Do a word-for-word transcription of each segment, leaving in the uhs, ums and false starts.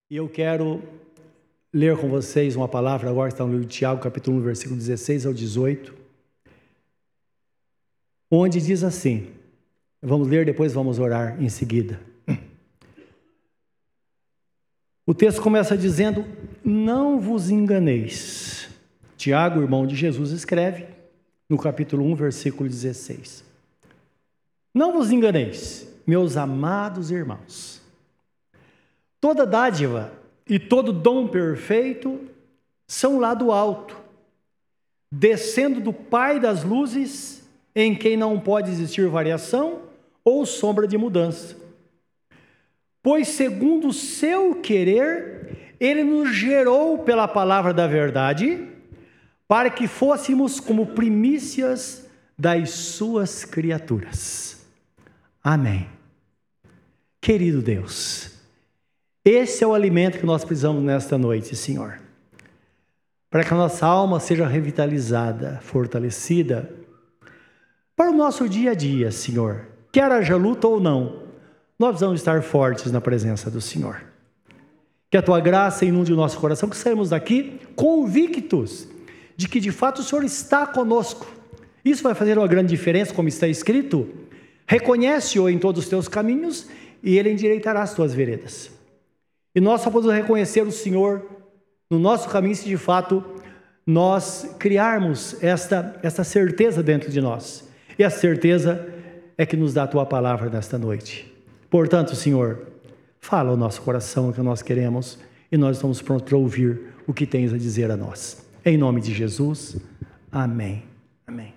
E eu quero ler com vocês uma palavra, agora está no livro de Tiago, capítulo um, versículo dezesseis ao dezoito, onde diz assim, vamos ler, depois vamos orar em seguida. O texto começa dizendo, não vos enganeis. Tiago, irmão de Jesus, escreve no capítulo um, versículo dezesseis. Não vos enganeis, meus amados irmãos. Toda dádiva e todo dom perfeito são lá do alto, descendo do Pai das luzes, em quem não pode existir variação ou sombra de mudança. Pois segundo o seu querer, ele nos gerou pela palavra da verdade, para que fôssemos como primícias das suas criaturas. Amém. Querido Deus, esse é o alimento que nós precisamos nesta noite, Senhor, para que a nossa alma seja revitalizada, fortalecida, para o nosso dia a dia, Senhor, quer haja luta ou não, nós vamos estar fortes na presença do Senhor. Que a Tua graça inunde o nosso coração, que saímos daqui convictos de que de fato o Senhor está conosco. Isso vai fazer uma grande diferença, como está escrito, reconhece-o em todos os teus caminhos e Ele endireitará as tuas veredas. E nós só podemos reconhecer o Senhor no nosso caminho se de fato nós criarmos esta, esta certeza dentro de nós. E a certeza é que nos dá a Tua palavra nesta noite. Portanto, Senhor, fala ao nosso coração o que nós queremos e nós estamos prontos para ouvir o que tens a dizer a nós. Em nome de Jesus, amém. Amém.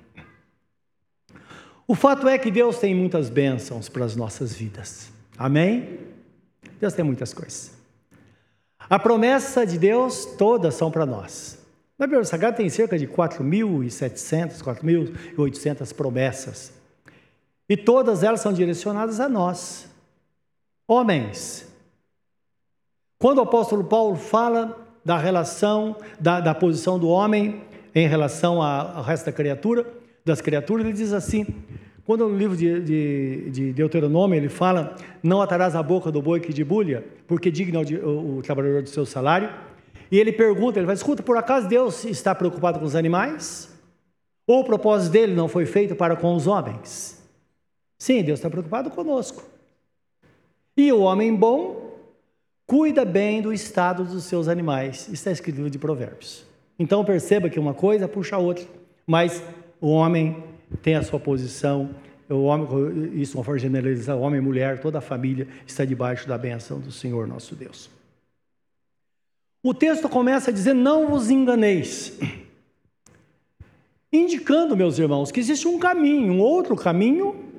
O fato é que Deus tem muitas bênçãos para as nossas vidas. Amém? Deus tem muitas coisas. A promessa de Deus, todas são para nós. Na Bíblia Sagrada tem cerca de quatro mil e setecentas, quatro mil e oitocentas promessas. E todas elas são direcionadas a nós, homens. Quando o apóstolo Paulo fala da relação, da, da posição do homem em relação ao resto da criatura, das criaturas, ele diz assim, quando no livro de, de, de Deuteronômio ele fala, não atarás a boca do boi que debulha, porque digno é o, o, o trabalhador do seu salário, e ele pergunta, ele vai, escuta, por acaso Deus está preocupado com os animais? Ou o propósito dele não foi feito para com os homens? Sim, Deus está preocupado conosco. E o homem bom cuida bem do estado dos seus animais. Isso está escrito no livro de Provérbios. Então perceba que uma coisa puxa a outra, mas o homem tem a sua posição, o homem, isso não for generalizar, o homem e mulher, toda a família está debaixo da bênção do Senhor nosso Deus. O texto começa a dizer, não vos enganeis, indicando, meus irmãos, que existe um caminho, um outro caminho,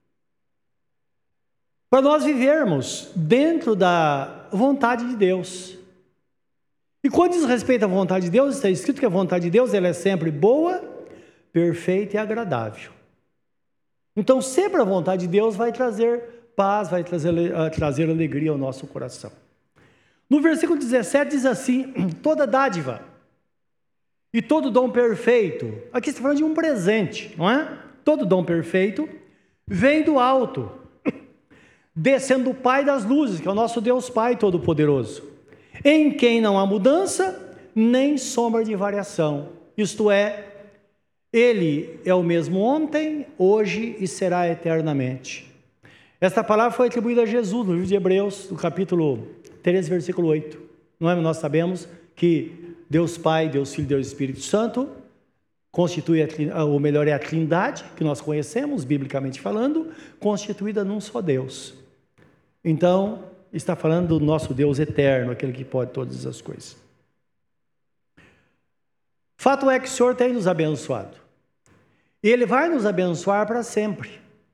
para nós vivermos dentro da vontade de Deus. E quando diz respeito à vontade de Deus, está escrito que a vontade de Deus ela é sempre boa, perfeita e agradável. Então sempre a vontade de Deus vai trazer paz, vai trazer, uh, trazer alegria ao nosso coração. No versículo dezessete diz assim, toda dádiva e todo dom perfeito, aqui está falando de um presente, não é? Todo dom perfeito vem do alto, descendo do Pai das luzes, que é o nosso Deus Pai Todo-Poderoso, em quem não há mudança, nem sombra de variação. Isto é, Ele é o mesmo ontem, hoje e será eternamente. Esta palavra foi atribuída a Jesus, no livro de Hebreus, no capítulo treze, versículo oito. Não é? Nós sabemos que Deus Pai, Deus Filho e Deus Espírito Santo constitui, a, ou melhor, é a Trindade, que nós conhecemos, biblicamente falando, constituída num só Deus. Então, está falando do nosso Deus eterno, aquele que pode todas as coisas. Fato é que o Senhor tem nos abençoado. E Ele vai nos abençoar para sempre.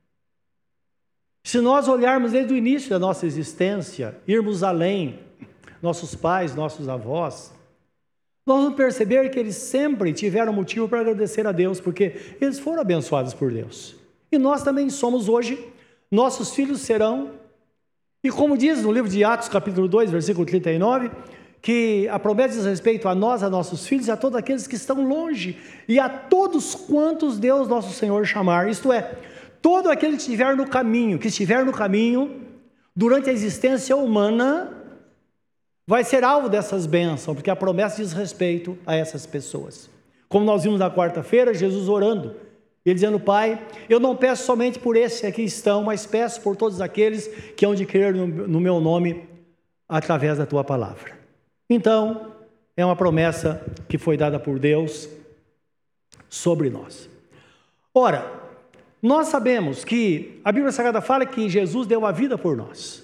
Se nós olharmos desde o início da nossa existência, irmos além, nossos pais, nossos avós, nós vamos perceber que eles sempre tiveram motivo para agradecer a Deus, porque eles foram abençoados por Deus. E nós também somos hoje, nossos filhos serão. E como diz no livro de Atos, capítulo dois, versículo trinta e nove, que a promessa diz respeito a nós, a nossos filhos, e a todos aqueles que estão longe, e a todos quantos Deus nosso Senhor chamar, isto é, todo aquele que estiver no caminho, que estiver no caminho, durante a existência humana, vai ser alvo dessas bênçãos, porque a promessa diz respeito a essas pessoas. Como nós vimos na quarta-feira, Jesus orando, ele dizendo: Pai, eu não peço somente por esses que aqui estão, mas peço por todos aqueles que hão de crer no, no meu nome, através da tua palavra. Então, é uma promessa que foi dada por Deus sobre nós. Ora, nós sabemos que a Bíblia Sagrada fala que Jesus deu a vida por nós.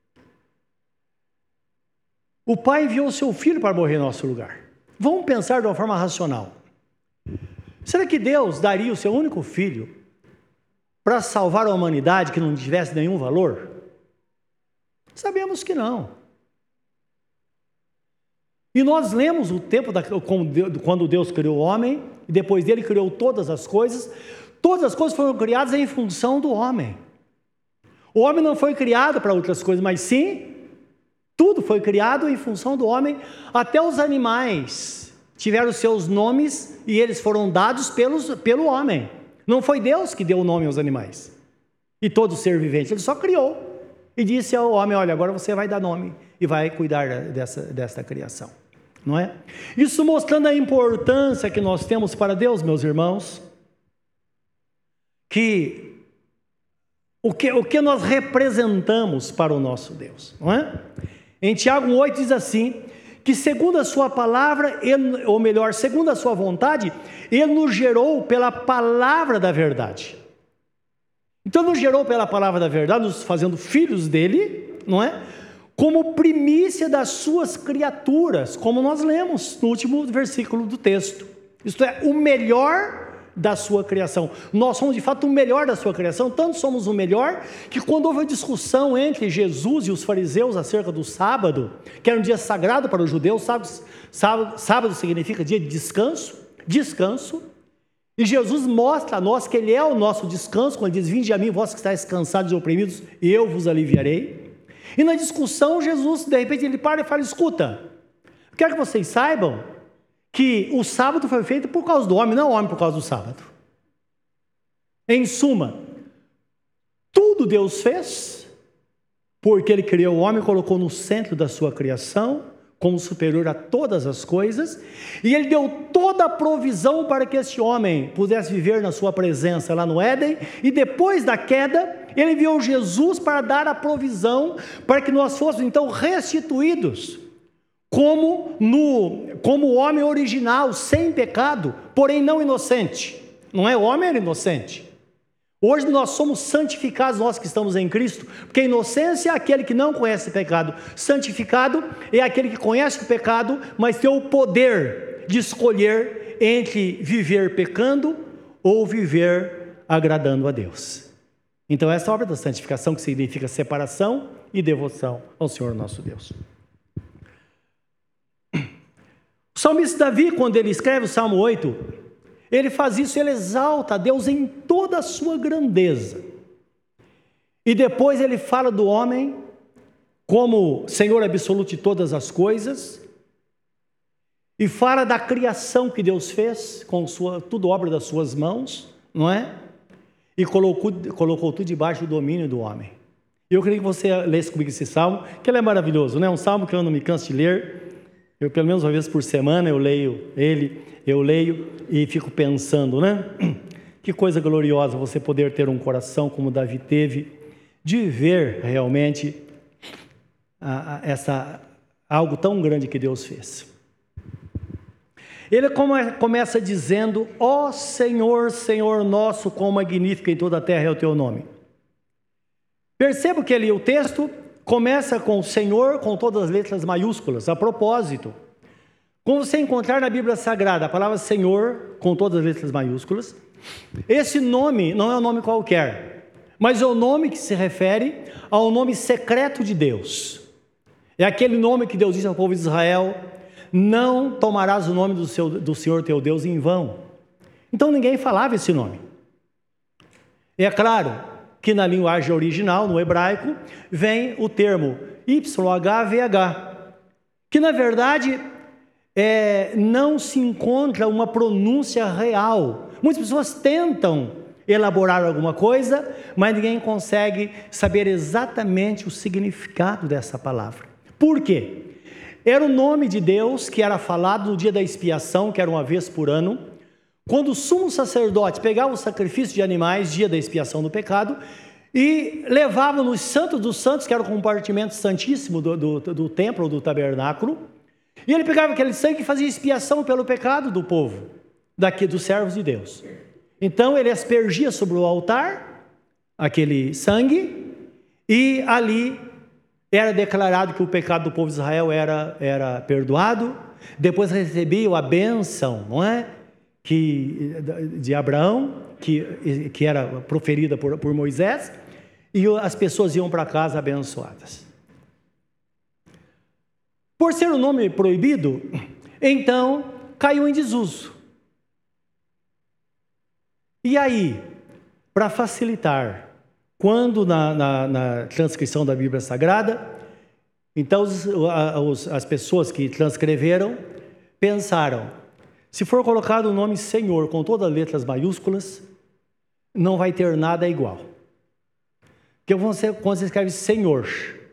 O Pai enviou o seu Filho para morrer em nosso lugar. Vamos pensar de uma forma racional. Será que Deus daria o seu único Filho para salvar a humanidade que não tivesse nenhum valor? Sabemos que não. E nós lemos o tempo da, quando Deus criou o homem, e depois dele criou todas as coisas. Todas as coisas foram criadas em função do homem. O homem não foi criado para outras coisas, mas sim, tudo foi criado em função do homem. Até os animais tiveram seus nomes e eles foram dados pelos, pelo homem. Não foi Deus que deu o nome aos animais e todo ser vivente, ele só criou e disse ao homem: olha, agora você vai dar nome e vai cuidar dessa, dessa criação, não é? Isso mostrando a importância que nós temos para Deus, meus irmãos, que o que, o que nós representamos para o nosso Deus, não é? Em Tiago um oito diz assim, que segundo a sua palavra, ele, ou melhor, segundo a sua vontade, ele nos gerou pela palavra da verdade. Então nos gerou pela palavra da verdade, nos fazendo filhos dele, não é? Como primícia das suas criaturas, como nós lemos no último versículo do texto. Isto é, o melhor da sua criação. Nós somos de fato o melhor da sua criação, tanto somos o melhor, que quando houve a discussão entre Jesus e os fariseus acerca do sábado, que era um dia sagrado para os judeus, sábado, sábado, sábado significa dia de descanso, descanso, e Jesus mostra a nós que ele é o nosso descanso, quando ele diz: vinde a mim, vós que estáis cansados e oprimidos, e eu vos aliviarei. E na discussão, Jesus, de repente, ele para e fala: escuta, quero que vocês saibam que o sábado foi feito por causa do homem, não o homem por causa do sábado. Em suma, tudo Deus fez, porque ele criou o homem e colocou no centro da sua criação, como superior a todas as coisas, e ele deu toda a provisão para que este homem pudesse viver na sua presença lá no Éden, e depois da queda, ele enviou Jesus para dar a provisão, para que nós fôssemos então restituídos, como, no, como o homem original, sem pecado, porém não inocente. Não é? O homem era inocente. Hoje nós somos santificados, nós que estamos em Cristo, porque a inocência é aquele que não conhece pecado. Santificado é aquele que conhece o pecado, mas tem o poder de escolher entre viver pecando ou viver agradando a Deus. Então essa é a obra da santificação, que significa separação e devoção ao Senhor nosso Deus. O salmista Davi, quando ele escreve o Salmo oito, ele faz isso, ele exalta a Deus em toda a sua grandeza. E depois ele fala do homem como Senhor absoluto de todas as coisas, e fala da criação que Deus fez, com sua, tudo obra das suas mãos, não é? E colocou, colocou tudo debaixo do domínio do homem. Eu queria que você lesse comigo esse salmo, que ele é maravilhoso, né? Um salmo que eu não me canso de ler. Eu, pelo menos uma vez por semana, eu leio ele, eu leio e fico pensando, né? Que coisa gloriosa você poder ter um coração como Davi teve, de ver realmente a, a, essa, algo tão grande que Deus fez. Ele come, começa dizendo: ó Senhor, Senhor nosso, quão magnífico em toda a terra é o teu nome. Perceba que ali o texto começa com o Senhor, com todas as letras maiúsculas, a propósito. Como você encontrar na Bíblia Sagrada a palavra Senhor, com todas as letras maiúsculas, esse nome não é um nome qualquer, mas é o nome que se refere ao nome secreto de Deus. É aquele nome que Deus disse ao povo de Israel: não tomarás o nome do, seu, do Senhor teu Deus em vão. Então ninguém falava esse nome. É claro que na linguagem original, no hebraico, vem o termo Y H V H, que na verdade é, não se encontra uma pronúncia real. Muitas pessoas tentam elaborar alguma coisa, mas ninguém consegue saber exatamente o significado dessa palavra. Por quê? era o nome de Deus que era falado no dia da expiação, que era uma vez por ano, quando o sumo sacerdote pegava o sacrifício de animais, dia da expiação do pecado, e levava no Santo dos Santos, que era o compartimento santíssimo do, do, do templo, do tabernáculo, e ele pegava aquele sangue e fazia expiação pelo pecado do povo, daqui, dos servos de Deus. Então ele aspergia sobre o altar aquele sangue, e ali era declarado que o pecado do povo de Israel era, era perdoado. Depois recebiam a bênção, não é? Que, de Abraão, que, que era proferida por, por Moisés, e as pessoas iam para casa abençoadas. Por ser um nome proibido, então caiu em desuso. E aí, para facilitar, quando na, na, na transcrição da Bíblia Sagrada, então os, os, as pessoas que transcreveram pensaram, se for colocado o nome Senhor com todas as letras maiúsculas, não vai ter nada igual. Porque quando você, quando você escreve Senhor,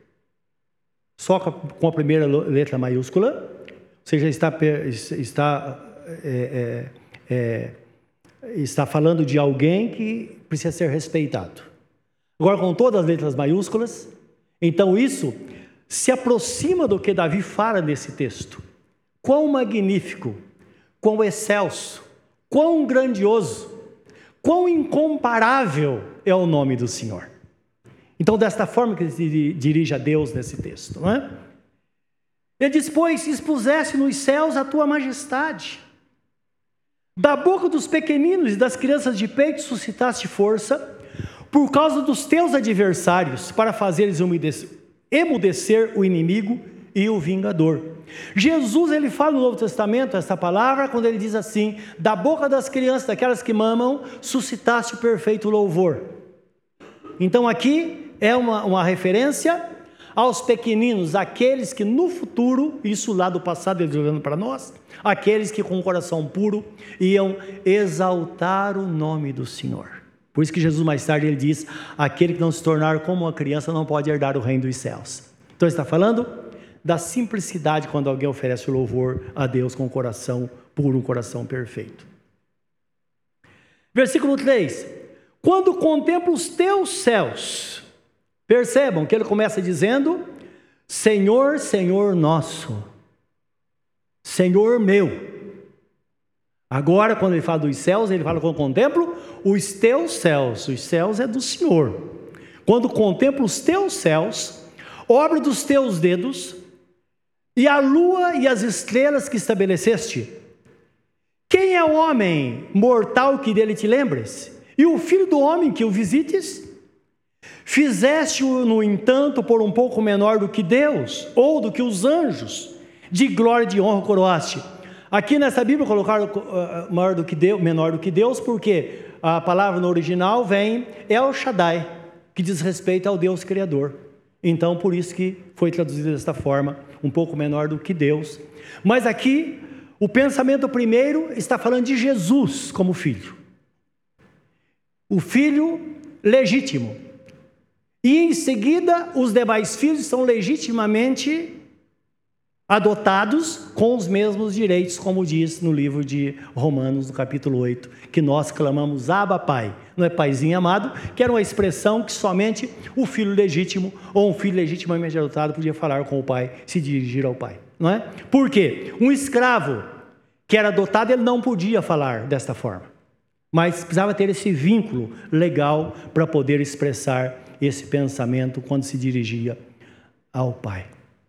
só com a primeira letra maiúscula, você já está, está, é, é, é, está falando de alguém que precisa ser respeitado. Agora, com todas as letras maiúsculas, então isso se aproxima do que Davi fala nesse texto. Quão magnífico, quão excelso, quão grandioso, quão incomparável é o nome do Senhor. Então, desta forma que ele se dirige a Deus nesse texto, não é? Ele diz, pois expuseste nos céus a tua majestade. Da boca dos pequeninos e das crianças de peito suscitaste força, por causa dos teus adversários, para fazeres emudecer o inimigo e o vingador. Jesus, ele fala no Novo Testamento essa palavra, quando ele diz assim, da boca das crianças, daquelas que mamam, suscitaste o perfeito louvor. Então aqui é uma, uma referência aos pequeninos, aqueles que no futuro, isso lá do passado, ele olhando para nós, aqueles que com o coração puro iam exaltar o nome do Senhor. Por isso que Jesus mais tarde ele diz, aquele que não se tornar como uma criança não pode herdar o reino dos céus. Então ele está falando da simplicidade quando alguém oferece o louvor a Deus com o coração puro, um coração perfeito. Versículo três, quando contemplo os teus céus, percebam que ele começa dizendo, Senhor, Senhor nosso, Senhor meu. Agora, quando ele fala dos céus, ele fala, quando contemplo os teus céus, os céus é do Senhor. Quando contemplo os teus céus, obra dos teus dedos, e a lua e as estrelas que estabeleceste. Quem é o homem mortal que dele te lembres? E o filho do homem que o visites? Fizeste-o, no entanto, por um pouco menor do que Deus, ou do que os anjos, de glória e de honra coroaste. Aqui nessa Bíblia colocaram uh, maior do que Deus, menor do que Deus, porque a palavra no original vem El Shaddai, que diz respeito ao Deus Criador. Então, por isso que foi traduzido desta forma, um pouco menor do que Deus. Mas aqui, o pensamento primeiro está falando de Jesus como filho. O filho legítimo. E em seguida, os demais filhos são legitimamente adotados com os mesmos direitos, como diz no livro de Romanos, no capítulo oito, que nós clamamos Abba Pai, não é paizinho amado, que era uma expressão que somente o filho legítimo ou um filho legitimamente adotado podia falar com o pai, se dirigir ao pai, não é? Por quê? Um escravo que era adotado, ele não podia falar desta forma, mas precisava ter esse vínculo legal para poder expressar esse pensamento quando se dirigia ao pai.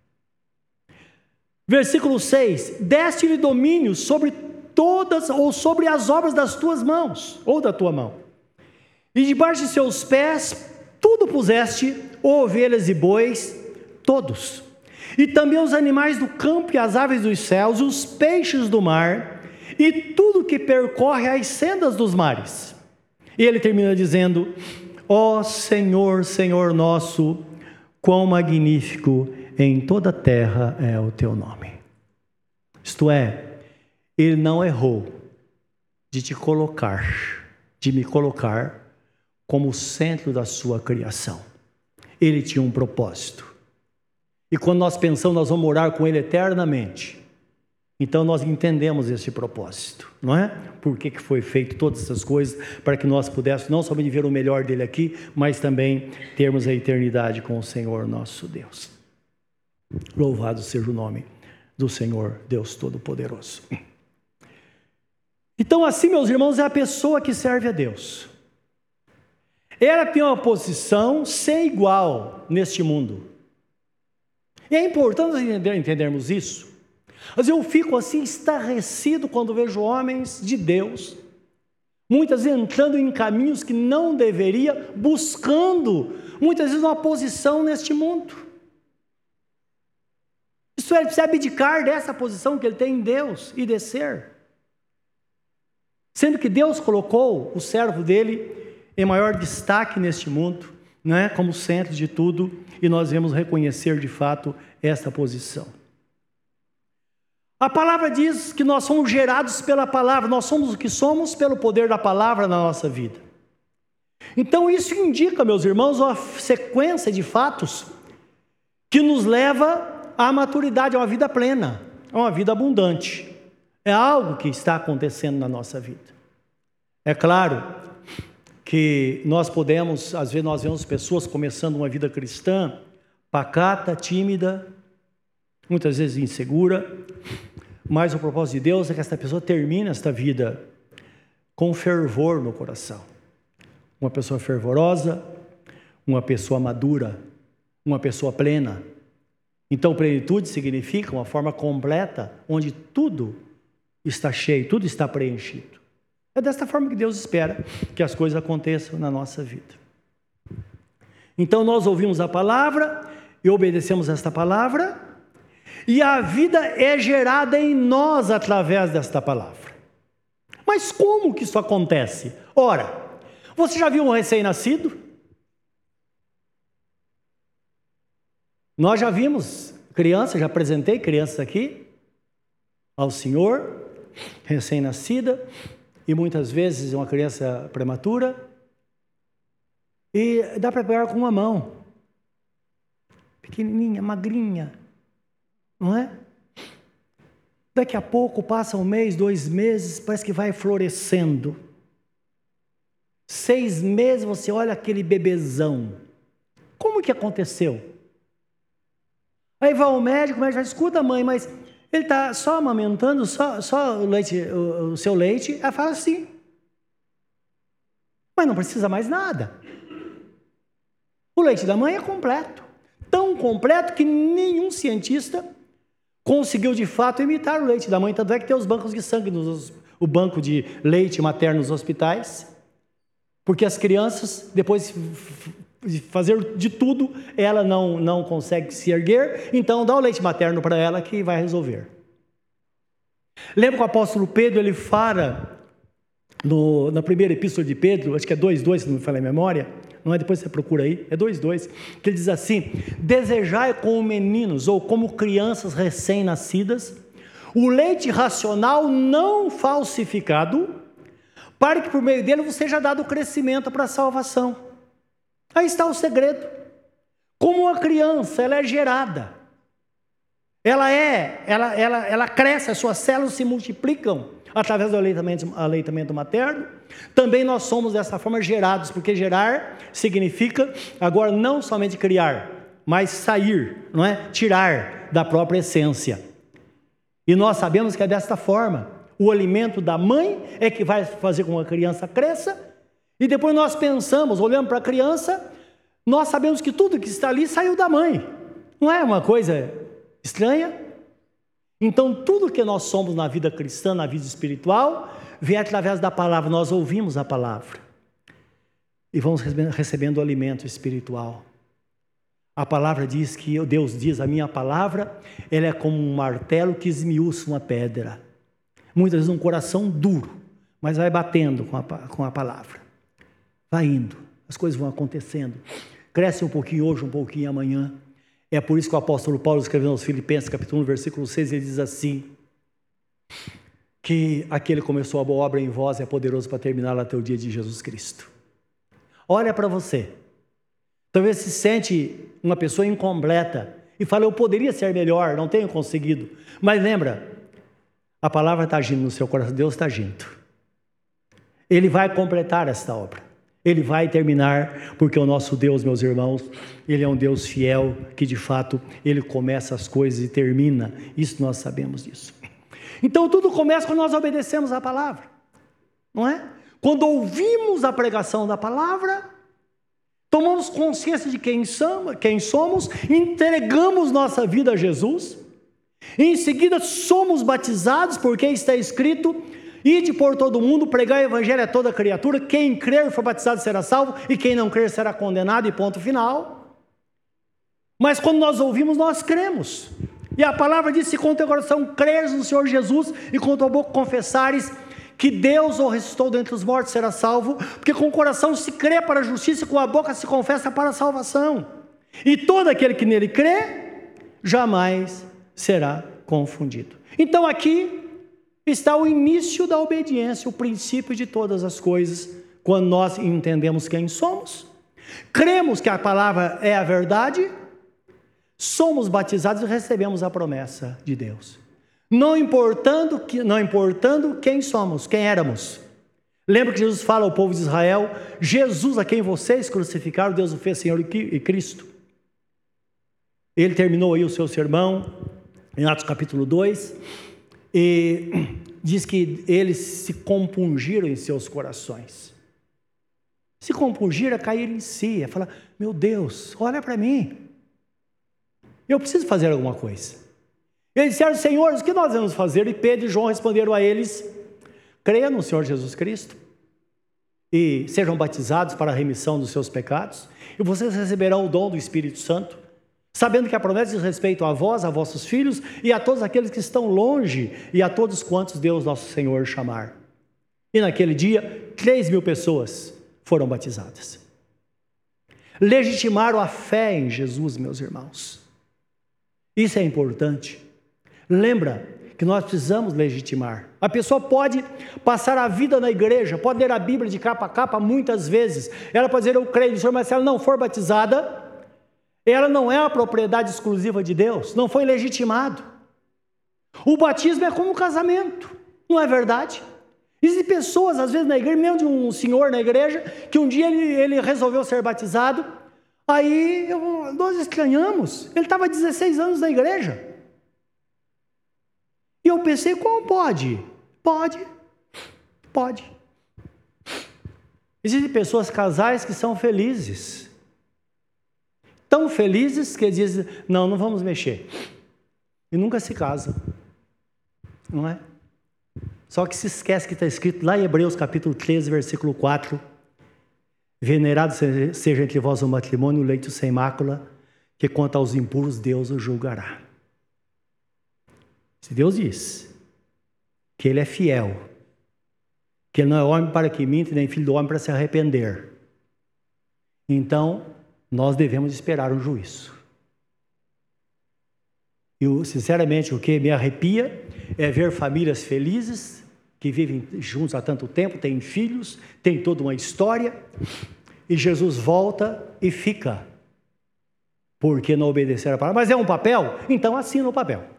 Versículo seis, deste-lhe domínio sobre todas, ou sobre as obras das tuas mãos, ou da tua mão, e debaixo de seus pés, tudo puseste, ovelhas e bois, todos, e também os animais do campo e as aves dos céus, os peixes do mar, e tudo que percorre as sendas dos mares. E ele termina dizendo, ó Senhor, Senhor nosso, quão magnífico em toda a terra é o teu nome. Isto é, ele não errou de te colocar, de me colocar como centro da sua criação. Ele tinha um propósito. E quando nós pensamos, nós vamos morar com Ele eternamente. Então nós entendemos esse propósito, não é? Por que que foi feito todas essas coisas, para que nós pudéssemos não somente ver o melhor dele aqui, mas também termos a eternidade com o Senhor nosso Deus. Louvado seja o nome do Senhor Deus Todo-Poderoso. Então assim, meus irmãos, é a pessoa que serve a Deus. Ela tem uma posição sem igual neste mundo. E é importante entendermos isso. Mas eu fico assim estarrecido quando vejo homens de Deus, muitas vezes entrando em caminhos que não deveria, buscando muitas vezes uma posição neste mundo. Isso é, ele precisa abdicar dessa posição que ele tem em Deus e descer. Sendo que Deus colocou o servo dele em maior destaque neste mundo, né, como centro de tudo, e nós devemos reconhecer de fato esta posição. A palavra diz que nós somos gerados pela palavra, nós somos o que somos pelo poder da palavra na nossa vida. Então isso indica, meus irmãos, uma sequência de fatos que nos leva à maturidade, a uma vida plena, a uma vida abundante. É algo que está acontecendo na nossa vida. É claro que nós podemos, às vezes nós vemos pessoas começando uma vida cristã, pacata, tímida, muitas vezes insegura, mas o propósito de Deus é que esta pessoa termine esta vida com fervor no coração. Uma pessoa fervorosa, uma pessoa madura, uma pessoa plena. Então, plenitude significa uma forma completa, onde tudo está cheio, tudo está preenchido. É desta forma que Deus espera que as coisas aconteçam na nossa vida. Então, nós ouvimos a palavra e obedecemos esta palavra, e a vida é gerada em nós através desta palavra. Mas como que isso acontece? Ora, você já viu um recém-nascido? Nós já vimos crianças, já apresentei crianças aqui ao Senhor, recém-nascida, e muitas vezes uma criança prematura, e dá para pegar com uma mão, pequenininha, magrinha, não é? Daqui a pouco passa um mês, dois meses, parece que vai florescendo. Seis meses você olha aquele bebezão. Como que aconteceu? Aí vai ao médico, o médico diz, escuta mãe, mas ele está só amamentando, só, só o, leite, o, o seu leite. Ela fala assim, mas não precisa mais nada. O leite da mãe é completo. Tão completo que nenhum cientista conseguiu de fato imitar o leite da mãe. Tanto é que tem os bancos de sangue, nos, o banco de leite materno nos hospitais, porque as crianças, depois de fazer de tudo, ela não, não consegue se erguer, então dá o leite materno para ela que vai resolver. Lembra que o apóstolo Pedro, ele fala, no, na primeira epístola de Pedro, acho que é dois, dois, se não me falha a memória, não é? Depois você procura aí, é dois, dois, que ele diz assim, desejai como meninos ou como crianças recém-nascidas, o leite racional não falsificado, para que por meio dele você seja dado o crescimento para a salvação. Aí está o segredo. Como uma criança, ela é gerada, ela é, ela, ela, ela cresce, as suas células se multiplicam através do aleitamento, aleitamento materno. Também nós somos dessa forma gerados, porque gerar significa agora não somente criar, mas sair, não é? Tirar da própria essência. E nós sabemos que é desta forma. O alimento da mãe é que vai fazer com que a criança cresça, e depois nós pensamos, olhando para a criança, nós sabemos que tudo que está ali saiu da mãe. Não é uma coisa estranha? Então, tudo que nós somos na vida cristã, na vida espiritual, vem através da palavra. Nós ouvimos a palavra e vamos recebendo o alimento espiritual. A palavra diz que, Deus diz, a minha palavra, ela é como um martelo que esmiuça uma pedra. Muitas vezes um coração duro, mas vai batendo com a, com a palavra. Vai indo, as coisas vão acontecendo. Cresce um pouquinho hoje, um pouquinho amanhã. É por isso que o apóstolo Paulo escreveu aos Filipenses, capítulo um, versículo seis, ele diz assim, que aquele que começou a boa obra em vós é poderoso para terminá-la até o dia de Jesus Cristo. Olha para você. Talvez se sente uma pessoa incompleta, e fala, eu poderia ser melhor, não tenho conseguido. Mas lembra, a palavra está agindo no seu coração, Deus está agindo. Ele vai completar esta obra. Ele vai terminar, porque o nosso Deus, meus irmãos, Ele é um Deus fiel, que de fato, Ele começa as coisas e termina. Isso nós sabemos disso. Então tudo começa quando nós obedecemos a palavra, não é? Quando ouvimos a pregação da palavra, tomamos consciência de quem somos, quem somos, entregamos nossa vida a Jesus, e em seguida somos batizados, porque está escrito, ide por todo mundo, pregar o evangelho a toda criatura, quem crer e for batizado será salvo, e quem não crer será condenado, e ponto final. Mas quando nós ouvimos, nós cremos, e a palavra diz, se com o teu coração creres no Senhor Jesus, e com a tua boca confessares, que Deus o ressuscitou dentre os mortos, será salvo, porque com o coração se crê para a justiça, e com a boca se confessa para a salvação, e todo aquele que nele crê, jamais será confundido. Então aqui está o início da obediência, o princípio de todas as coisas, quando nós entendemos quem somos, cremos que a palavra é a verdade, somos batizados e recebemos a promessa de Deus. Não importando, que, não importando quem somos, quem éramos. Lembra que Jesus fala ao povo de Israel, Jesus a quem vocês crucificaram, Deus o fez Senhor e Cristo. Ele terminou aí o seu sermão, em Atos capítulo dois, e diz que eles se compungiram em seus corações. Se compungir é cair em si, é falar, meu Deus, olha para mim, eu preciso fazer alguma coisa. Eles disseram, Senhor, o que nós vamos fazer? E Pedro e João responderam a eles, creia no Senhor Jesus Cristo, e sejam batizados para a remissão dos seus pecados, e vocês receberão o dom do Espírito Santo, sabendo que a promessa diz respeito a vós, a vossos filhos, e a todos aqueles que estão longe, e a todos quantos Deus nosso Senhor chamar. E naquele dia, três mil pessoas foram batizadas. Legitimaram a fé em Jesus, meus irmãos. Isso é importante. Lembra que nós precisamos legitimar. A pessoa pode passar a vida na igreja, pode ler a Bíblia de capa a capa muitas vezes. Ela pode dizer, eu creio no Senhor, mas se ela não for batizada, ela não é a propriedade exclusiva de Deus, não foi legitimado. O batismo é como um casamento, não é verdade? Existem pessoas, às vezes na igreja, mesmo de um senhor na igreja, que um dia ele, ele resolveu ser batizado, aí eu, nós estranhamos, ele estava dezesseis anos na igreja. E eu pensei, como pode? Pode, pode. Existem pessoas, casais, que são felizes. Tão felizes que dizem, não, não vamos mexer. E nunca se casam. Não é? Só que se esquece que está escrito lá em Hebreus capítulo treze, versículo quatro. Venerado seja entre vós o matrimônio, o leito sem mácula, que quanto aos impuros Deus o julgará. Se Deus diz que Ele é fiel, que Ele não é homem para que minta, nem filho do homem para se arrepender, então nós devemos esperar um juízo. E sinceramente o que me arrepia é ver famílias felizes, que vivem juntos há tanto tempo, têm filhos, têm toda uma história, e Jesus volta e fica, porque não obedeceram a palavra. Mas é um papel? Então assina o papel.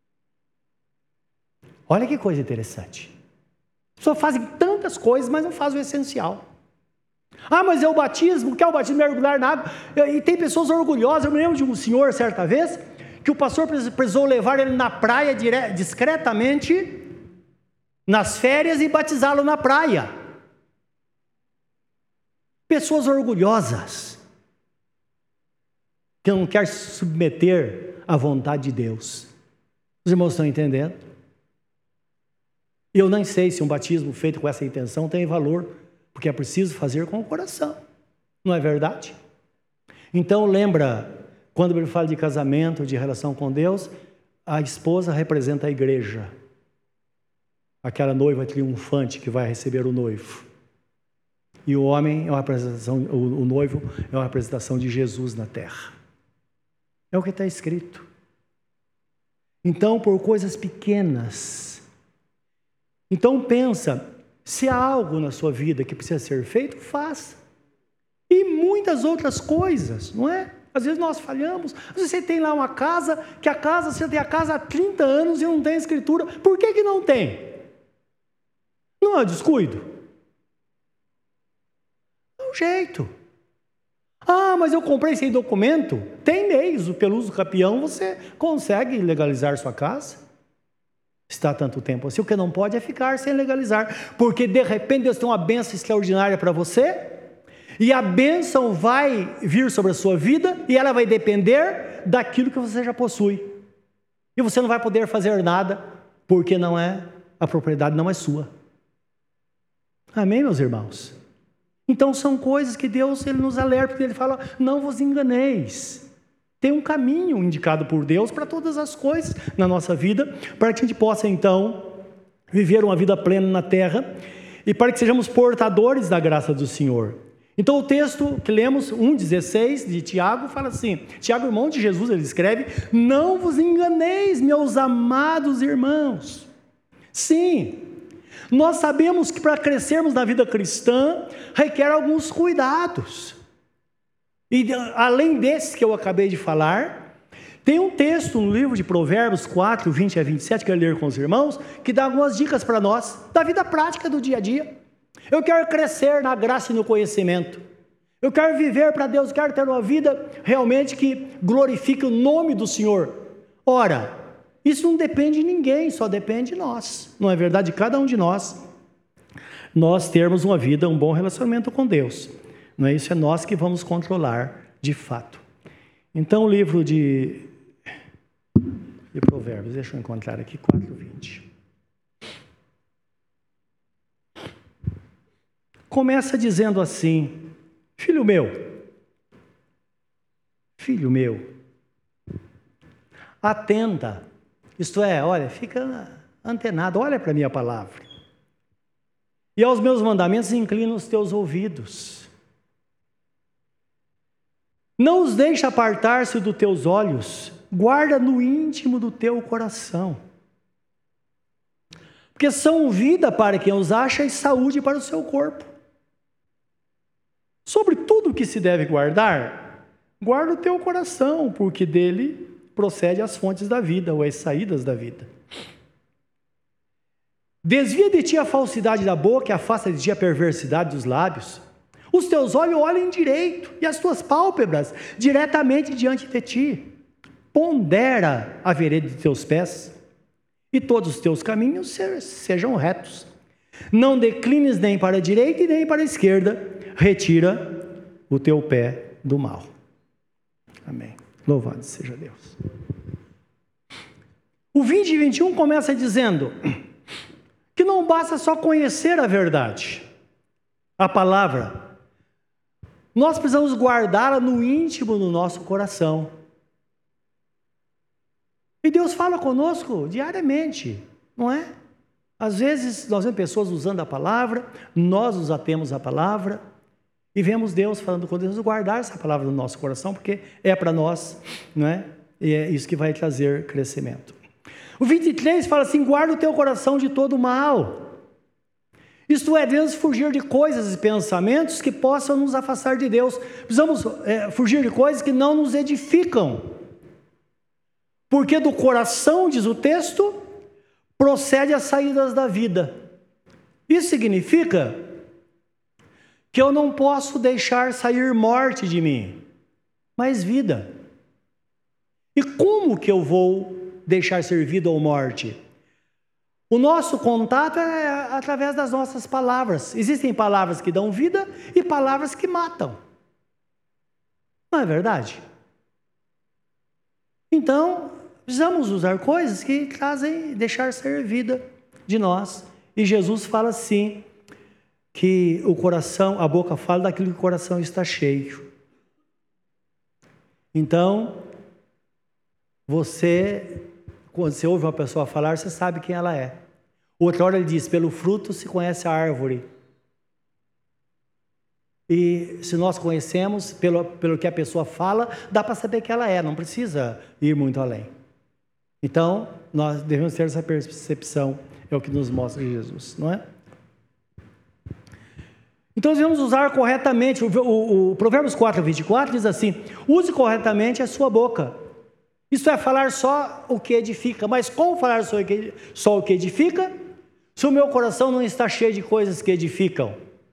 Olha que coisa interessante. As pessoas fazem tantas coisas, mas não fazem o essencial. Ah, mas é o batismo, que é o batismo mergulhar na água. E tem pessoas orgulhosas. Eu me lembro de um senhor, certa vez, que o pastor precisou levar ele na praia discretamente, nas férias, e batizá-lo na praia. Pessoas orgulhosas, que não querem se submeter à vontade de Deus. Os irmãos estão entendendo? Eu nem sei se um batismo feito com essa intenção tem valor, porque é preciso fazer com o coração, não é verdade? Então lembra, quando ele fala de casamento, de relação com Deus, a esposa representa a igreja, aquela noiva triunfante que vai receber o noivo, e o homem é uma representação, o, o noivo é uma representação de Jesus na terra. É o que está escrito. Então, por coisas pequenas. Então pensa, se há algo na sua vida que precisa ser feito, faça. E muitas outras coisas, não é? Às vezes nós falhamos. Às vezes você tem lá uma casa, que a casa, você tem a casa há trinta anos e não tem escritura. Por que que não tem? Não é descuido? É um jeito. Ah, mas eu comprei sem documento. Tem meios, pelo uso do capião, você consegue legalizar sua casa. Está há tanto tempo assim. O que não pode é ficar sem legalizar. Porque de repente Deus tem uma bênção extraordinária para você. E a bênção vai vir sobre a sua vida. E ela vai depender daquilo que você já possui. E você não vai poder fazer nada. Porque não é, a propriedade não é sua. Amém, meus irmãos? Então são coisas que Deus ele nos alerta, porque Ele fala, não vos enganeis. Tem um caminho indicado por Deus para todas as coisas na nossa vida, para que a gente possa então viver uma vida plena na terra e para que sejamos portadores da graça do Senhor. Então o texto que lemos, um dezesseis de Tiago, fala assim, Tiago, irmão de Jesus, ele escreve, não vos enganeis, meus amados irmãos. Sim, nós sabemos que para crescermos na vida cristã, requer alguns cuidados. E além desses que eu acabei de falar, tem um texto no livro de Provérbios quatro, vinte a vinte e sete, que eu quero ler com os irmãos, que dá algumas dicas para nós, da vida prática do dia a dia. Eu quero crescer na graça e no conhecimento. Eu quero viver para Deus, eu quero ter uma vida realmente que glorifique o nome do Senhor. Ora, isso não depende de ninguém, só depende de nós. Não é verdade? De cada um de nós, nós termos uma vida, um bom relacionamento com Deus. Não é isso? É nós que vamos controlar de fato. Então o livro de, de Provérbios, deixa eu encontrar aqui, quatro, vinte. Começa dizendo assim, filho meu, filho meu, atenta, isto é, olha, fica antenado, olha para a minha palavra. E aos meus mandamentos inclina os teus ouvidos. Não os deixe apartar-se dos teus olhos, guarda no íntimo do teu coração. Porque são vida para quem os acha e saúde para o seu corpo. Sobre tudo que se deve guardar, guarda o teu coração, porque dele procede as fontes da vida, ou as saídas da vida. Desvia de ti a falsidade da boca e afasta de ti a perversidade dos lábios. Os teus olhos olhem direito e as tuas pálpebras diretamente diante de ti. Pondera a vereda de teus pés e todos os teus caminhos sejam retos. Não declines nem para a direita e nem para a esquerda. Retira o teu pé do mal. Amém. Louvado seja Deus. O vinte e vinte e um começa dizendo que não basta só conhecer a verdade, a palavra. Nós precisamos guardá-la no íntimo do nosso coração. E Deus fala conosco diariamente, não é? Às vezes nós vemos pessoas usando a palavra, nós nos atemos à palavra e vemos Deus falando com Deus, guardar essa palavra no nosso coração, porque é para nós, não é? E é isso que vai trazer crescimento. O vinte e três fala assim, guarda o teu coração de todo mal. Isto é, devemos fugir de coisas e pensamentos que possam nos afastar de Deus. Precisamos é, fugir de coisas que não nos edificam. Porque do coração, diz o texto, procede as saídas da vida. Isso significa que eu não posso deixar sair morte de mim, mas vida. E como que eu vou deixar ser vida ou morte? O nosso contato é através das nossas palavras. Existem palavras que dão vida e palavras que matam. Não é verdade? Então, precisamos usar coisas que trazem, deixar ser vida de nós. E Jesus fala assim, que o coração, a boca fala daquilo que o coração está cheio. Então, você, quando você ouve uma pessoa falar, você sabe quem ela é. Outra hora ele diz, pelo fruto se conhece a árvore. E se nós conhecemos, pelo, pelo que a pessoa fala, dá para saber quem ela é, não precisa ir muito além. Então, nós devemos ter essa percepção, é o que nos mostra Jesus, não é? Então devemos usar corretamente. O, o, o Provérbios quatro, vinte e quatro diz assim: use corretamente a sua boca. Isso é falar só o que edifica. Mas como falar só o que, só o que edifica, se o meu coração não está cheio de coisas que edificam?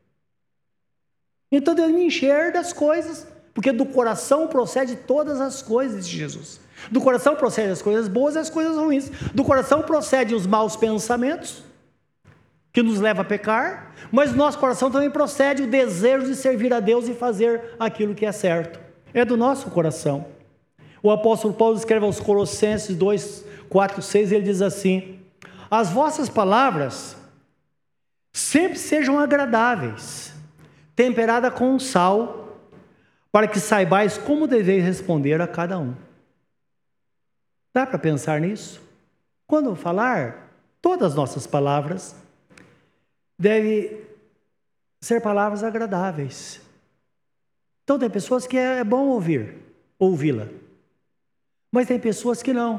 Então Deus me encher das coisas, porque do coração procede todas as coisas de Jesus. Do coração procede as coisas boas e as coisas ruins. Do coração procede os maus pensamentos, que nos leva a pecar, mas do nosso coração também procede o desejo de servir a Deus e fazer aquilo que é certo. É do nosso coração. O apóstolo Paulo escreve aos Colossenses dois, quatro, seis, ele diz assim: as vossas palavras sempre sejam agradáveis, temperada com sal, para que saibais como deveis responder a cada um. Dá para pensar nisso? Quando falar, todas as nossas palavras devem ser palavras agradáveis. Então tem pessoas que é bom ouvir, ouvi-la, mas tem pessoas que não.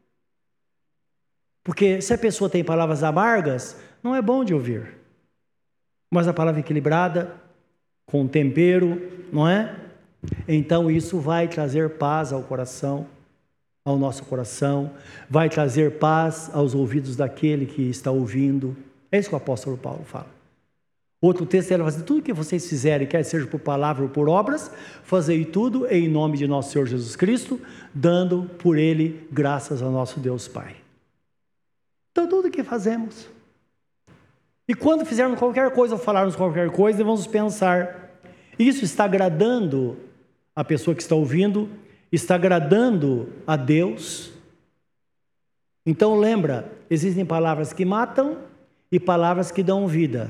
Porque se a pessoa tem palavras amargas, não é bom de ouvir. Mas a palavra equilibrada, com tempero, não é? Então isso vai trazer paz ao coração, ao nosso coração, vai trazer paz aos ouvidos daquele que está ouvindo. É isso que o apóstolo Paulo fala. Outro texto ele vai dizer: tudo que vocês fizerem, quer seja por palavra ou por obras, fazei tudo em nome de nosso Senhor Jesus Cristo, dando por ele graças ao nosso Deus Pai. Então tudo que fazemos, e quando fizermos qualquer coisa ou falarmos qualquer coisa, devemos pensar: isso está agradando a pessoa que está ouvindo? Está agradando a Deus? Então lembra, existem palavras que matam e palavras que dão vida.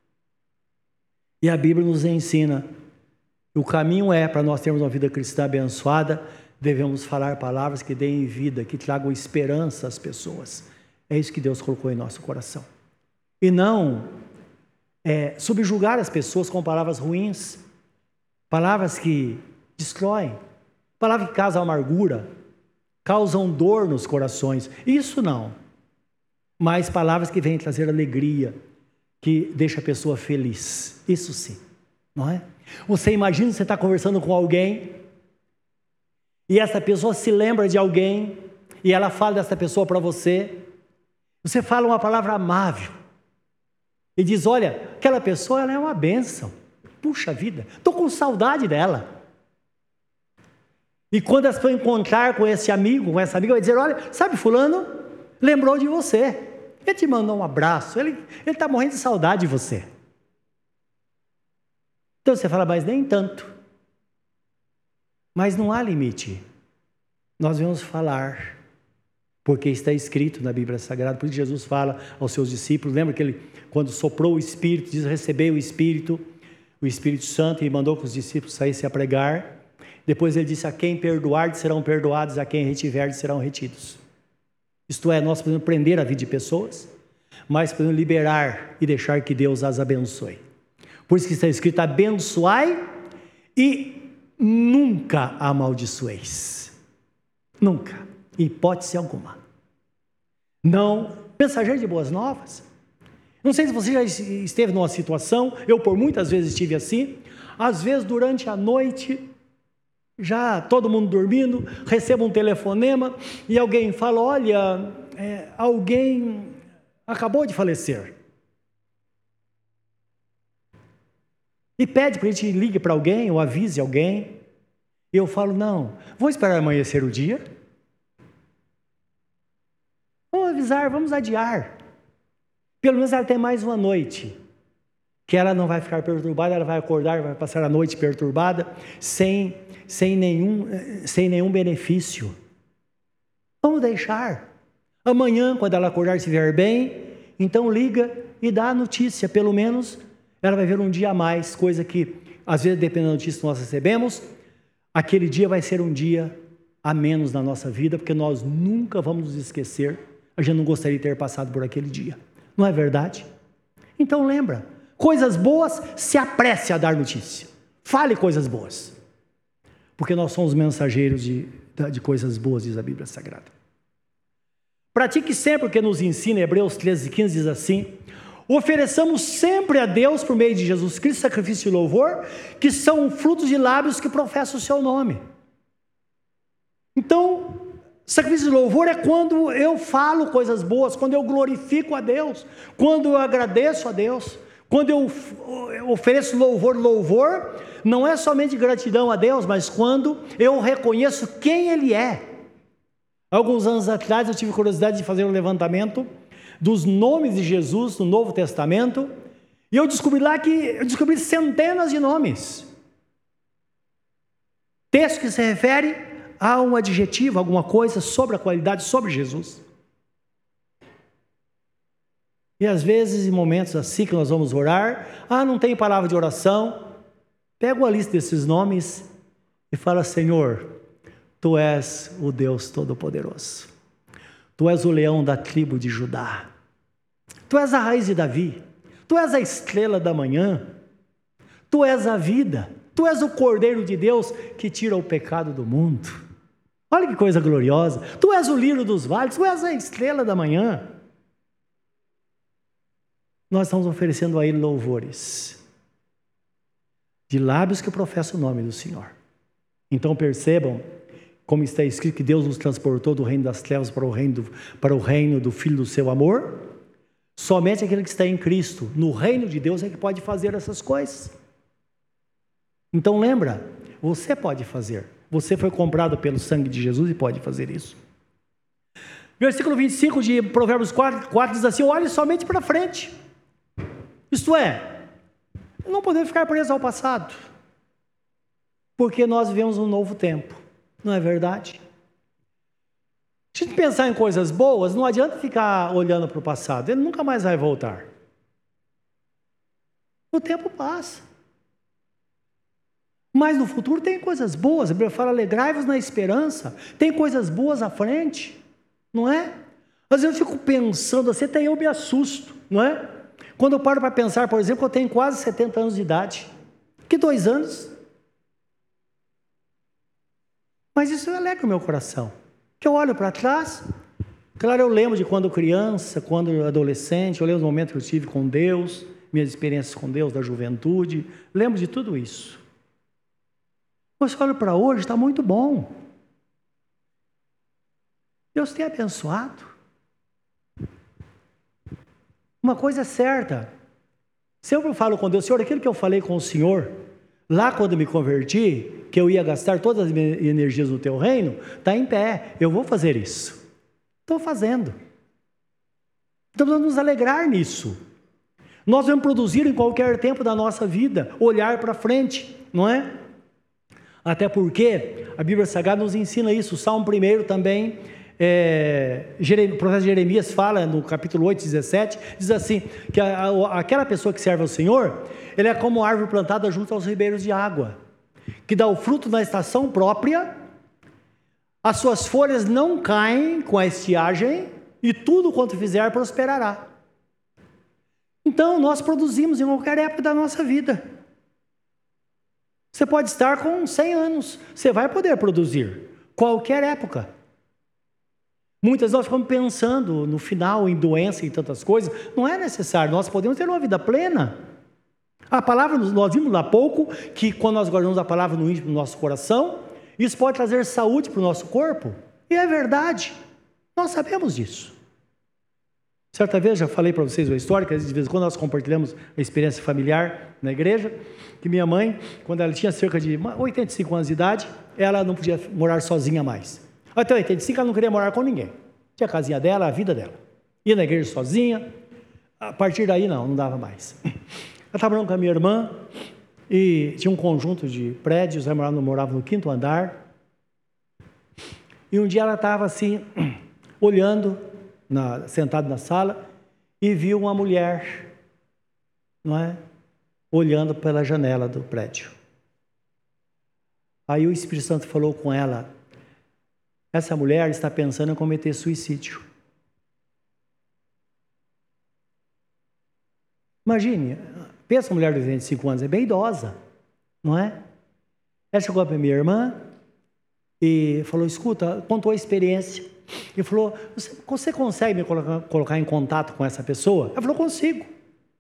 E a Bíblia nos ensina, o caminho é, para nós termos uma vida cristã abençoada, devemos falar palavras que deem vida, que tragam esperança às pessoas. É isso que Deus colocou em nosso coração. E não é, subjugar as pessoas com palavras ruins, palavras que destroem, palavras que causam amargura, causam dor nos corações. Isso não. Mas palavras que vêm trazer alegria, que deixa a pessoa feliz. Isso sim, não é? Você imagina, você está conversando com alguém e essa pessoa se lembra de alguém e ela fala dessa pessoa para você. Você fala uma palavra amável e diz: olha, aquela pessoa ela é uma bênção. Puxa vida, estou com saudade dela. E quando ela for encontrar com esse amigo, com essa amiga, vai dizer: olha, sabe fulano? Lembrou de você. Ele te mandou um abraço, ele está morrendo de saudade de você. Então você fala: mas nem tanto. Mas não há limite. Nós vamos falar, porque está escrito na Bíblia Sagrada. Por isso Jesus fala aos seus discípulos. Lembra que ele, quando soprou o Espírito, diz: recebei o Espírito, o Espírito Santo, e mandou que os discípulos saíssem a pregar. Depois ele disse: a quem perdoar serão perdoados, a quem retiver serão retidos. Isto é, nós podemos prender a vida de pessoas, mas podemos liberar e deixar que Deus as abençoe. Por isso que está escrito: abençoai e nunca amaldiçoeis. Nunca, em hipótese alguma. Não, mensageiro de boas novas. Não sei se você já esteve numa situação, eu por muitas vezes estive assim, às vezes durante a noite, já todo mundo dormindo, recebo um telefonema e alguém fala: olha, é, alguém acabou de falecer. E pede para a gente ligue para alguém ou avise alguém. E eu falo: não, vou esperar amanhecer o dia. Vamos avisar, vamos adiar. Pelo menos ela tem mais uma noite, que ela não vai ficar perturbada, ela vai acordar, vai passar a noite perturbada, sem, sem, nenhum, sem nenhum benefício. Vamos deixar. Amanhã, quando ela acordar e estiver bem, então liga e dá a notícia. Pelo menos ela vai ver um dia a mais, coisa que, às vezes, dependendo da notícia que nós recebemos, aquele dia vai ser um dia a menos na nossa vida, porque nós nunca vamos nos esquecer. A gente não gostaria de ter passado por aquele dia. Não é verdade? Então lembra, coisas boas, se apresse a dar notícia. Fale coisas boas. Porque nós somos mensageiros de, de coisas boas, diz a Bíblia Sagrada. Pratique sempre o que nos ensina Hebreus treze, quinze, diz assim: ofereçamos sempre a Deus, por meio de Jesus Cristo, sacrifício e louvor, que são frutos de lábios que professam o seu nome. Então, sacrifício de louvor é quando eu falo coisas boas, quando eu glorifico a Deus, quando eu agradeço a Deus, quando eu ofereço louvor, louvor, não é somente gratidão a Deus, mas quando eu reconheço quem Ele é. Alguns anos atrás eu tive curiosidade de fazer um levantamento dos nomes de Jesus no Novo Testamento, e eu descobri lá que, eu descobri centenas de nomes. Texto que se refere a um adjetivo, alguma coisa sobre a qualidade, sobre Jesus. E às vezes, em momentos assim que nós vamos orar, ah, não tem palavra de oração, pega uma lista desses nomes e fala: Senhor, Tu és o Deus Todo-Poderoso, Tu és o leão da tribo de Judá, Tu és a raiz de Davi, Tu és a estrela da manhã, Tu és a vida, Tu és o Cordeiro de Deus que tira o pecado do mundo. Olha que coisa gloriosa. Tu és o lírio dos vales, Tu és a estrela da manhã. Nós estamos oferecendo a Ele louvores, de lábios que professam o nome do Senhor. Então percebam, como está escrito, que Deus nos transportou do reino das trevas para o reino do, para o reino do Filho do seu amor. Somente aquele que está em Cristo, no reino de Deus, é que pode fazer essas coisas. Então lembra, você pode fazer. Você foi comprado pelo sangue de Jesus e pode fazer isso. Versículo vinte e cinco de Provérbios quatro, quatro diz assim: olhe somente para frente. Isto é, não podemos ficar presos ao passado, porque nós vivemos um novo tempo, não é verdade? Se a gente pensar em coisas boas, não adianta ficar olhando para o passado, ele nunca mais vai voltar. O tempo passa. Mas no futuro tem coisas boas, a Bíblia fala: alegrai-vos na esperança, tem coisas boas à frente, não é? Às vezes eu fico pensando assim, até eu me assusto, não é? Quando eu paro para pensar, por exemplo, eu tenho quase setenta anos de idade, que dois anos, mas isso alegra o meu coração, que eu olho para trás, claro, eu lembro de quando criança, quando adolescente, eu lembro dos momentos que eu tive com Deus, minhas experiências com Deus, da juventude, lembro de tudo isso. Mas olho para hoje, está muito bom. Deus tem abençoado. Uma coisa é certa, sempre eu falo com Deus: Senhor, aquilo que eu falei com o Senhor, lá quando me converti, que eu ia gastar todas as minhas energias no teu reino, está em pé, eu vou fazer isso. Estou fazendo. Então vamos nos alegrar nisso. Nós vamos produzir em qualquer tempo da nossa vida, olhar para frente, não é? Até porque a Bíblia Sagrada nos ensina isso. O Salmo primeiro também, é, o profeta Jeremias fala no capítulo oito, dezessete, diz assim, que a, a, aquela pessoa que serve ao Senhor, ele é como árvore plantada junto aos ribeiros de água, que dá o fruto na estação própria, as suas folhas não caem com a estiagem, e tudo quanto fizer prosperará. Então nós produzimos em qualquer época da nossa vida. Você pode estar com cem anos, você vai poder produzir, qualquer época. Muitas nós ficamos pensando no final, em doença e tantas coisas. Não é necessário, nós podemos ter uma vida plena. A palavra, nós vimos há pouco, que quando nós guardamos a palavra no íntimo do nosso coração, isso pode trazer saúde para o nosso corpo. E é verdade, nós sabemos disso. Certa vez, já falei para vocês uma história, que de vez em quando nós compartilhamos a experiência familiar na igreja, que minha mãe, quando ela tinha cerca de oitenta e cinco anos de idade, ela não podia morar sozinha mais. Até oitenta e cinco ela não queria morar com ninguém. Tinha a casinha dela, a vida dela. Ia na igreja sozinha, a partir daí não, não dava mais. Ela estava morando com a minha irmã, e tinha um conjunto de prédios, ela morava, morava no quinto andar, e um dia ela estava assim, olhando, Na, sentado na sala, e viu uma mulher, não é? Olhando pela janela do prédio. Aí o Espírito Santo falou com ela: essa mulher está pensando em cometer suicídio. Imagine, pensa uma mulher de vinte e cinco anos, é bem idosa, não é? Ela chegou para minha irmã e falou: escuta, contou a experiência. E falou: você, você consegue me colocar, colocar em contato com essa pessoa? Ela falou: consigo.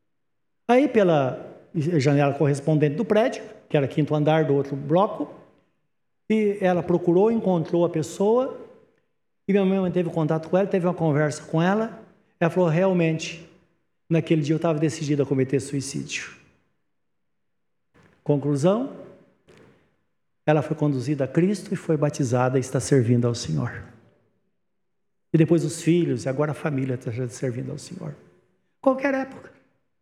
Aí, pela janela correspondente do prédio, que era quinto andar do outro bloco, e ela procurou, encontrou a pessoa, e minha mãe manteve contato com ela, teve uma conversa com ela. Ela falou: realmente, naquele dia eu estava decidida a cometer suicídio. Conclusão, ela foi conduzida a Cristo e foi batizada e está servindo ao Senhor. E depois os filhos, e agora a família está servindo ao Senhor. Qualquer época.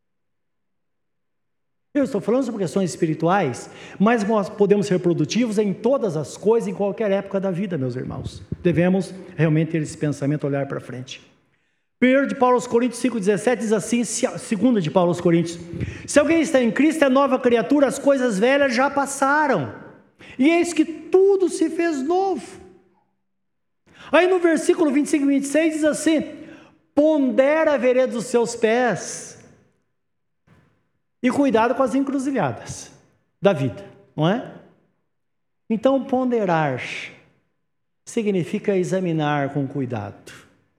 Eu estou falando sobre questões espirituais, mas nós podemos ser produtivos em todas as coisas, em qualquer época da vida, meus irmãos. Devemos realmente ter esse pensamento, olhar para frente. Primeiro de Paulo aos Coríntios cinco, dezessete diz assim, segundo de Paulo aos Coríntios: se alguém está em Cristo, é nova criatura, as coisas velhas já passaram, e eis que tudo se fez novo. Aí no versículo vinte e cinco e vinte e seis diz assim: pondera a vereda dos seus pés, e cuidado com as encruzilhadas da vida, não é? Então, ponderar significa examinar com cuidado.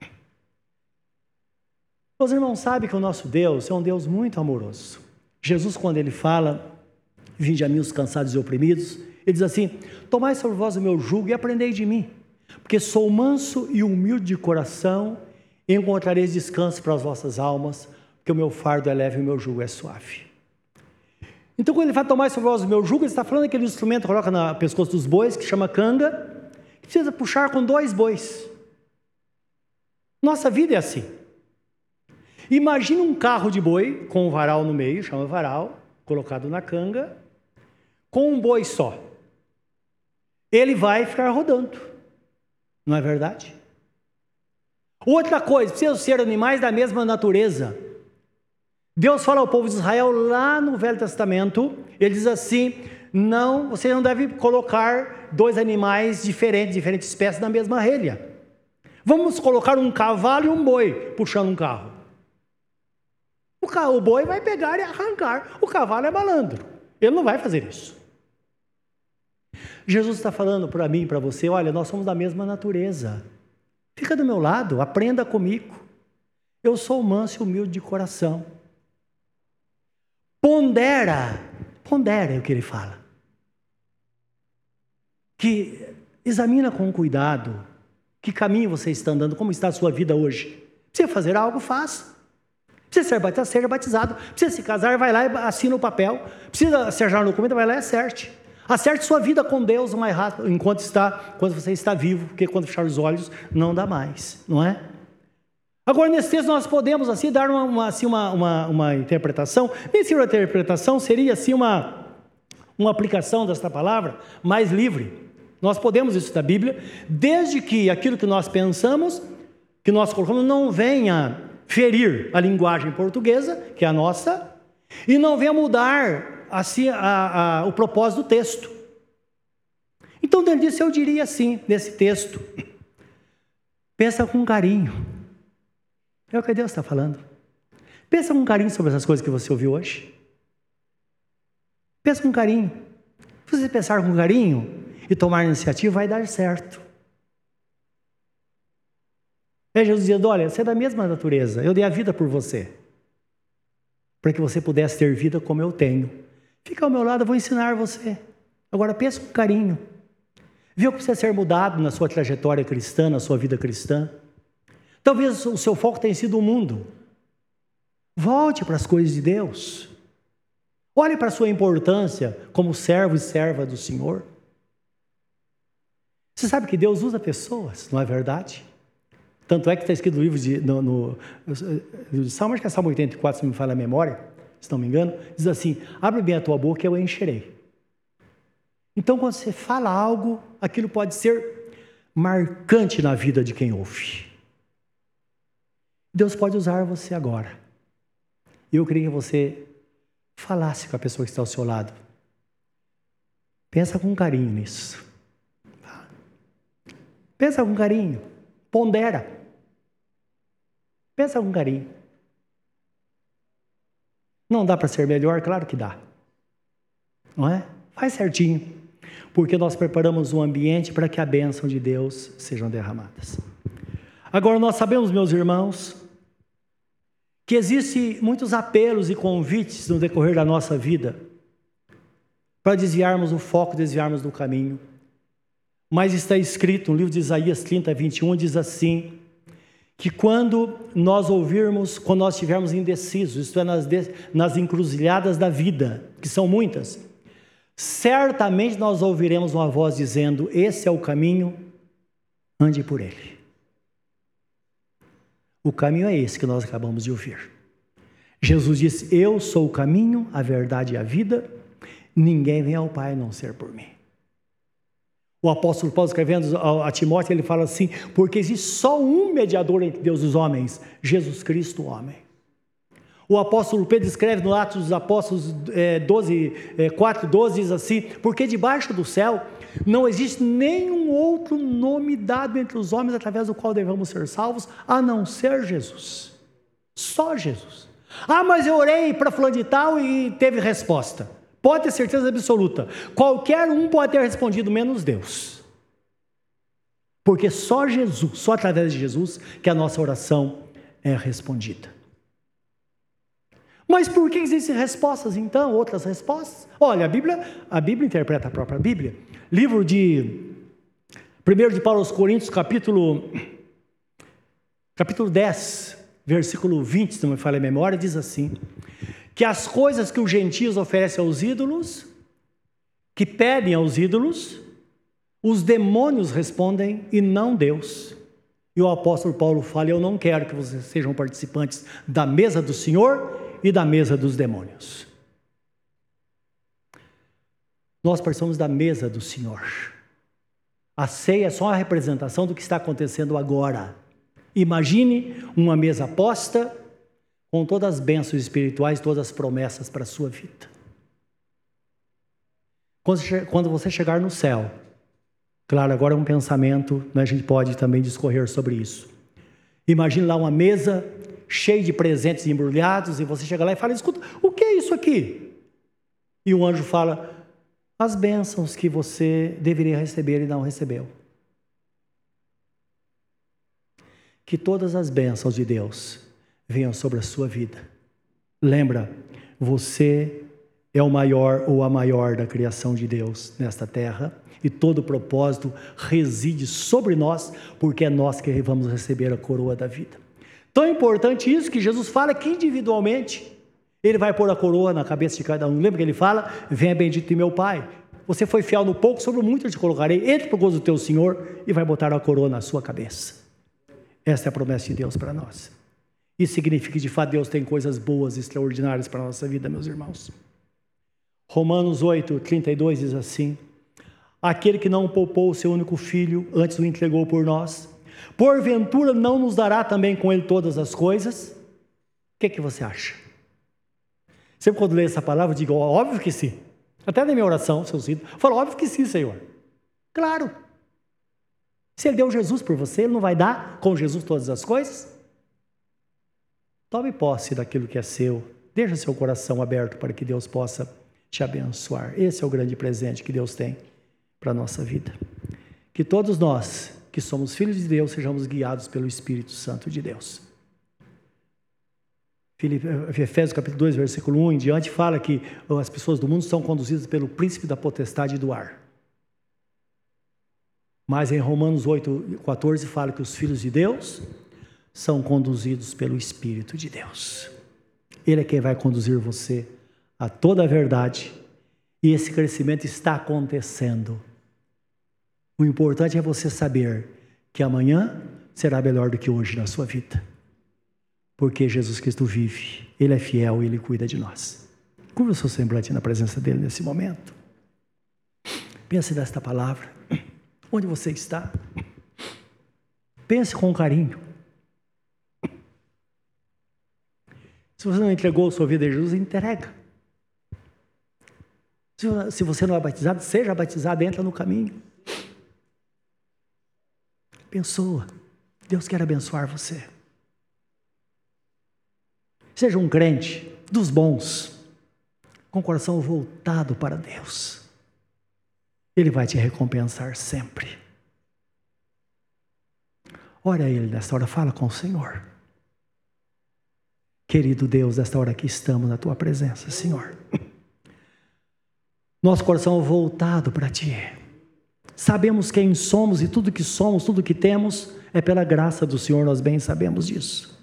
Os irmãos sabem que o nosso Deus é um Deus muito amoroso. Jesus, quando ele fala: vinde a mim os cansados e oprimidos, ele diz assim: tomai sobre vós o meu jugo e aprendei de mim, porque sou manso e humilde de coração, e encontrareis descanso para as vossas almas, porque o meu fardo é leve e o meu jugo é suave. Então, quando ele fala tomar sobre vós o meu jugo, ele está falando daquele instrumento que coloca no pescoço dos bois, que chama canga, que precisa puxar com dois bois. Nossa vida é assim. Imagine um carro de boi com um varal no meio, chama varal, colocado na canga, com um boi só. Ele vai ficar rodando, não é verdade? Outra coisa, precisam ser animais da mesma natureza. Deus fala ao povo de Israel lá no Velho Testamento, ele diz assim: não, você não deve colocar dois animais diferentes, diferentes espécies na mesma relha. Vamos colocar um cavalo e um boi puxando um carro. O, carro, o boi vai pegar e arrancar, o cavalo é malandro, ele não vai fazer isso. Jesus está falando para mim e para você: olha, nós somos da mesma natureza, fica do meu lado, aprenda comigo, eu sou manso e humilde de coração. Pondera, pondera é o que ele fala, que examina com cuidado, que caminho você está andando, como está a sua vida hoje. Precisa fazer algo, faça. Precisa ser batizado, seja batizado. Precisa se casar, vai lá e assina o papel. Precisa acertar no documento, vai lá e acerte. Acerte sua vida com Deus o mais rápido, enquanto está, quando você está vivo, porque quando fechar os olhos, não dá mais, não é? Agora, nesse texto, nós podemos, assim, dar uma, uma, assim, uma, uma, uma interpretação. Nem se uma interpretação seria, assim, uma, uma aplicação desta palavra mais livre. Nós podemos isso da Bíblia, desde que aquilo que nós pensamos, que nós colocamos, não venha ferir a linguagem portuguesa, que é a nossa, e não venha mudar assim, a, a, o propósito do texto. Então, dentro disso, eu diria assim, nesse texto: pensa com carinho. É o que Deus está falando. Pensa com carinho sobre essas coisas que você ouviu hoje. Pensa com carinho. Se você pensar com carinho e tomar iniciativa, vai dar certo. É Jesus dizendo: olha, você é da mesma natureza, eu dei a vida por você, para que você pudesse ter vida como eu tenho. Fica ao meu lado, eu vou ensinar você. Agora pensa com carinho. Vê o que precisa ser mudado na sua trajetória cristã, na sua vida cristã. Talvez o seu foco tenha sido o mundo. Volte para as coisas de Deus. Olhe para a sua importância como servo e serva do Senhor. Você sabe que Deus usa pessoas, não é verdade? Tanto é que está escrito no livro de, no, no, no Salmo, acho que é Salmo oitenta e quatro, se me fala a memória, se não me engano, diz assim: abre bem a tua boca e eu encherei. Então, quando você fala algo, aquilo pode ser marcante na vida de quem ouve. Deus pode usar você agora. E eu queria que você falasse com a pessoa que está ao seu lado. Pensa com carinho nisso. Pensa com carinho. Pondera. Pensa com carinho. Não dá para ser melhor? Claro que dá. Não é? Faz certinho. Porque nós preparamos um ambiente para que a bênção de Deus sejam derramadas. Agora, nós sabemos, meus irmãos, que existem muitos apelos e convites no decorrer da nossa vida para desviarmos o foco, desviarmos do caminho. Mas está escrito no livro de Isaías trinta, vinte e um, diz assim, que quando nós ouvirmos, quando nós estivermos indecisos, isto é, nas, nas encruzilhadas da vida, que são muitas, certamente nós ouviremos uma voz dizendo, esse é o caminho, ande por ele. O caminho é esse que nós acabamos de ouvir. Jesus disse, eu sou o caminho, a verdade e a vida, ninguém vem ao Pai a não ser por mim. O apóstolo Paulo, escrevendo a Timóteo, ele fala assim, porque existe só um mediador entre Deus e os homens, Jesus Cristo, o homem. O apóstolo Pedro escreve no Atos dos Apóstolos é, doze, é, quatro, doze, diz assim, porque debaixo do céu não existe nenhum outro nome dado entre os homens através do qual devemos ser salvos, a não ser Jesus. Só Jesus. Ah, mas eu orei para fulano de tal e teve resposta. Pode ter certeza absoluta, qualquer um pode ter respondido, menos Deus. Porque só Jesus, só através de Jesus, que a nossa oração é respondida. Mas por que existem respostas então, outras respostas? Olha, a Bíblia, a Bíblia interpreta a própria Bíblia. Livro de primeiro de Paulo aos Coríntios, capítulo, capítulo dez, versículo vinte, se não me falha a memória, diz assim, que as coisas que os gentios oferecem aos ídolos, que pedem aos ídolos, os demônios respondem e não Deus. E o apóstolo Paulo fala, eu não quero que vocês sejam participantes da mesa do Senhor e da mesa dos demônios. Nós participamos da mesa do Senhor. A ceia é só uma representação do que está acontecendo agora. Imagine uma mesa posta, com todas as bênçãos espirituais, todas as promessas para a sua vida. Quando você chegar no céu, claro, agora é um pensamento, né, a gente pode também discorrer sobre isso. Imagine lá uma mesa cheia de presentes embrulhados, e você chega lá e fala, escuta, o que é isso aqui? E o anjo fala, as bênçãos que você deveria receber e não recebeu. Que todas as bênçãos de Deus venham sobre a sua vida. Lembra, você é o maior ou a maior da criação de Deus nesta terra, e todo o propósito reside sobre nós, porque é nós que vamos receber a coroa da vida. Tão importante isso que Jesus fala que individualmente Ele vai pôr a coroa na cabeça de cada um. Lembra que Ele fala, venha bendito de meu Pai, você foi fiel no pouco, sobre o muito eu te colocarei, entre para o gozo do teu Senhor, e vai botar a coroa na sua cabeça. Essa é a promessa de Deus para nós. Isso significa que de fato Deus tem coisas boas, extraordinárias para a nossa vida, meus irmãos. Romanos oito, trinta e dois diz assim, aquele que não poupou o seu único filho, antes o entregou por nós, porventura não nos dará também com ele todas as coisas? O que, que você acha? Sempre quando leio essa palavra eu digo, óbvio que sim. Até na minha oração, se eu sinto, eu falo, óbvio que sim, Senhor. Claro. Se Ele deu Jesus por você, Ele não vai dar com Jesus todas as coisas? Tome posse daquilo que é seu. Deixa seu coração aberto para que Deus possa te abençoar. Esse é o grande presente que Deus tem para a nossa vida. Que todos nós, que somos filhos de Deus, sejamos guiados pelo Espírito Santo de Deus. Efésios capítulo dois, versículo um em diante, fala que as pessoas do mundo são conduzidas pelo príncipe da potestade do ar. Mas em Romanos oito, quatorze fala que os filhos de Deus são conduzidos pelo Espírito de Deus. Ele é quem vai conduzir você a toda a verdade, e esse crescimento está acontecendo. O importante é você saber que amanhã será melhor do que hoje na sua vida, porque Jesus Cristo vive, Ele é fiel e Ele cuida de nós. Curva o seu semblante na presença dEle nesse momento. Pense nesta palavra. Onde você está? Pense com carinho. Se você não entregou a sua vida a Jesus, entrega. Se você não é batizado, seja batizado, entra no caminho. Abençoa. Deus quer abençoar você. Seja um crente dos bons, com o coração voltado para Deus. Ele vai te recompensar sempre. Ore a Ele nessa hora, fala com o Senhor. Querido Deus, nesta hora que estamos na Tua presença, Senhor. Nosso coração voltado para Ti. Sabemos quem somos e tudo que somos, tudo que temos, é pela graça do Senhor, nós bem sabemos disso.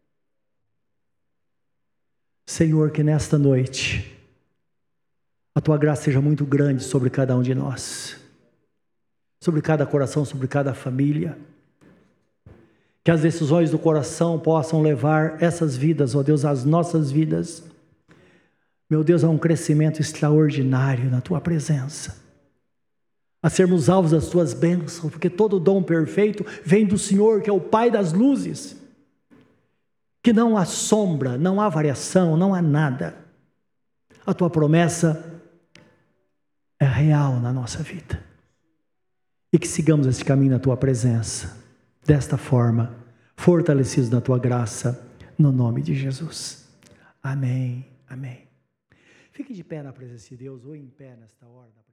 Senhor, que nesta noite, a Tua graça seja muito grande sobre cada um de nós. Sobre cada coração, sobre cada família. Que as decisões do coração possam levar essas vidas, ó Deus, as nossas vidas, meu Deus, a um crescimento extraordinário na Tua presença. A sermos alvos das Tuas bênçãos, porque todo dom perfeito vem do Senhor, que é o Pai das luzes. Que não há sombra, não há variação, não há nada. A Tua promessa é real na nossa vida. E que sigamos esse caminho na Tua presença, desta forma, fortalecidos na Tua graça, no nome de Jesus. Amém, amém. Fique de pé na presença de Deus, ou em pé nesta hora.